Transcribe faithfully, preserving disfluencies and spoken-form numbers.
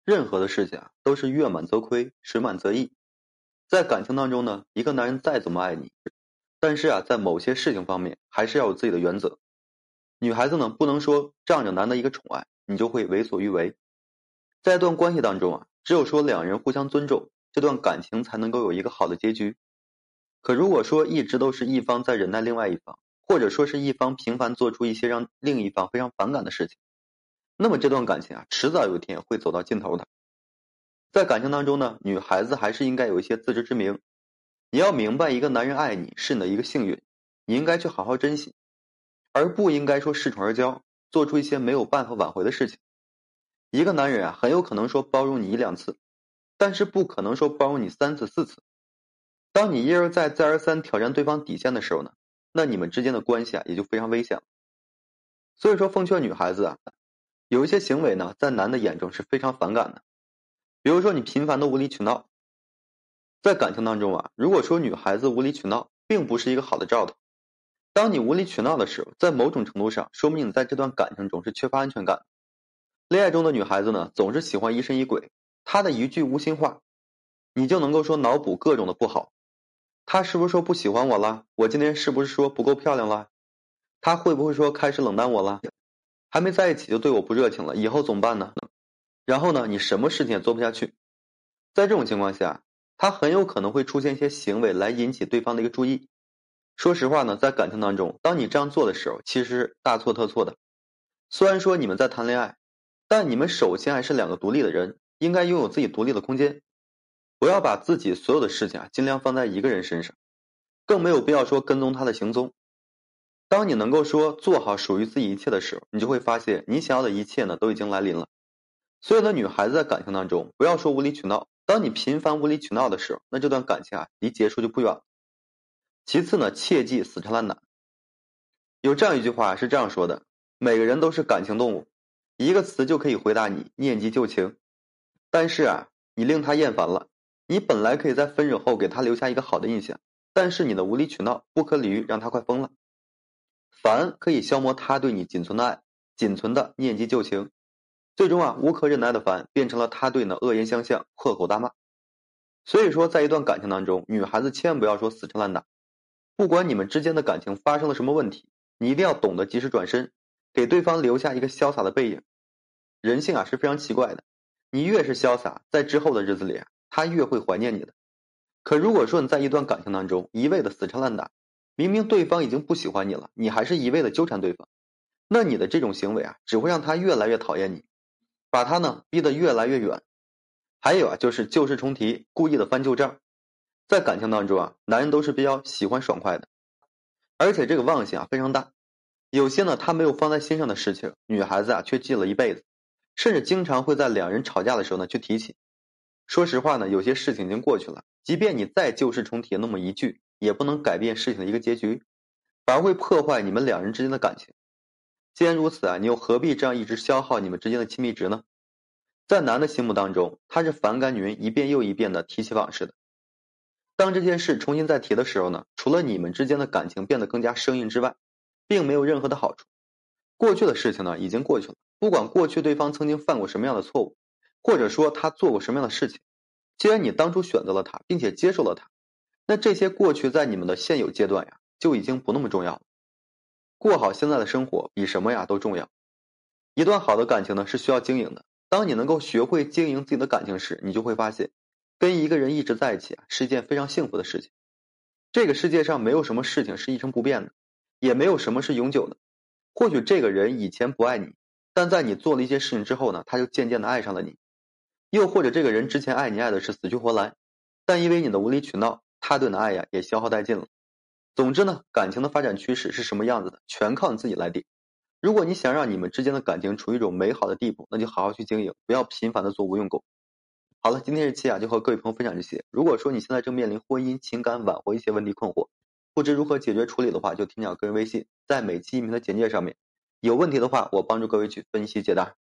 任何的事情啊，都是月满则亏，水满则溢。在感情当中呢，一个男人再怎么爱你，但是啊，在某些事情方面还是要有自己的原则。女孩子呢，不能说仗着男的一个宠爱，你就会为所欲为。在一段关系当中啊，只有说两人互相尊重，这段感情才能够有一个好的结局。可如果说一直都是一方在忍耐另外一方，或者说是一方频繁做出一些让另一方非常反感的事情，那么这段感情啊，迟早有一天会走到尽头的。在感情当中呢，女孩子还是应该有一些自知之明。你要明白，一个男人爱你是你的一个幸运，你应该去好好珍惜，而不应该说恃宠而骄，做出一些没有办法挽回的事情。一个男人啊，很有可能说包容你一两次，但是不可能说包容你三次四次。当你一而再再而三挑战对方底线的时候呢，那你们之间的关系啊也就非常危险了。所以说奉劝女孩子啊，有一些行为呢，在男的眼中是非常反感的。比如说你频繁的无理取闹。在感情当中啊，如果说女孩子无理取闹，并不是一个好的兆头。当你无理取闹的时候，在某种程度上说明你在这段感情中是缺乏安全感。恋爱中的女孩子呢，总是喜欢疑神疑鬼，她的一句无心话，你就能够说脑补各种的不好。她是不是说不喜欢我了？我今天是不是说不够漂亮了？她会不会说开始冷淡我了？还没在一起就对我不热情了，以后怎么办呢？然后呢，你什么事情也做不下去。在这种情况下，他很有可能会出现一些行为来引起对方的一个注意。说实话呢，在感情当中，当你这样做的时候，其实是大错特错的。虽然说你们在谈恋爱，但你们首先还是两个独立的人，应该拥有自己独立的空间。不要把自己所有的事情啊，尽量放在一个人身上，更没有必要说跟踪他的行踪。当你能够说做好属于自己一切的时候，你就会发现你想要的一切呢，都已经来临了。所有的女孩子在感情当中，不要说无理取闹。当你频繁无理取闹的时候，那这段感情啊，离结束就不远了。其次呢，切忌死缠烂打。有这样一句话是这样说的：每个人都是感情动物，一个词就可以回答你念及旧情。但是啊，你令他厌烦了，你本来可以在分手后给他留下一个好的印象，但是你的无理取闹、不可理喻让他快疯了。烦可以消磨他对你仅存的爱，仅存的念及旧情。最终啊，无可忍耐的烦变成了他对你的恶言相向、破口大骂。所以说，在一段感情当中，女孩子千万不要说死缠烂打。不管你们之间的感情发生了什么问题，你一定要懂得及时转身，给对方留下一个潇洒的背影。人性啊是非常奇怪的，你越是潇洒，在之后的日子里啊，他越会怀念你的。可如果说你在一段感情当中一味的死缠烂打，明明对方已经不喜欢你了，你还是一味的纠缠对方，那你的这种行为啊，只会让他越来越讨厌你，把他呢逼得越来越远。还有啊，就是旧事重提，故意的翻旧账。在感情当中啊，男人都是比较喜欢爽快的，而且这个忘性啊非常大。有些呢他没有放在心上的事情，女孩子啊却记了一辈子，甚至经常会在两人吵架的时候呢去提起。说实话呢，有些事情已经过去了，即便你再旧事重提那么一句，也不能改变事情的一个结局，反而会破坏你们两人之间的感情。既然如此啊，你又何必这样一直消耗你们之间的亲密值呢？在男的心目当中，他是反感女人一遍又一遍的提起往事的。当这件事重新再提的时候呢，除了你们之间的感情变得更加生硬之外，并没有任何的好处。过去的事情呢，已经过去了，不管过去对方曾经犯过什么样的错误，或者说他做过什么样的事情，既然你当初选择了他，并且接受了他，那这些过去在你们的现有阶段呀，就已经不那么重要了。过好现在的生活比什么呀都重要。一段好的感情呢，是需要经营的。当你能够学会经营自己的感情时，你就会发现，跟一个人一直在一起啊，是一件非常幸福的事情。这个世界上没有什么事情是一成不变的，也没有什么是永久的。或许这个人以前不爱你，但在你做了一些事情之后呢，他就渐渐的爱上了你。又或者这个人之前爱你爱的是死去活来，但因为你的无理取闹，他对你的爱呀也消耗殆尽了。总之呢，感情的发展趋势是什么样子的，全靠你自己来定。如果你想让你们之间的感情处于一种美好的地步，那就好好去经营，不要频繁的做无用功。好了，今天这期啊就和各位朋友分享这些。如果说你现在正面临婚姻、情感挽回一些问题困惑，不知如何解决处理的话，就添加个人微信，在每期音频的简介上面，有问题的话，我帮助各位去分析解答。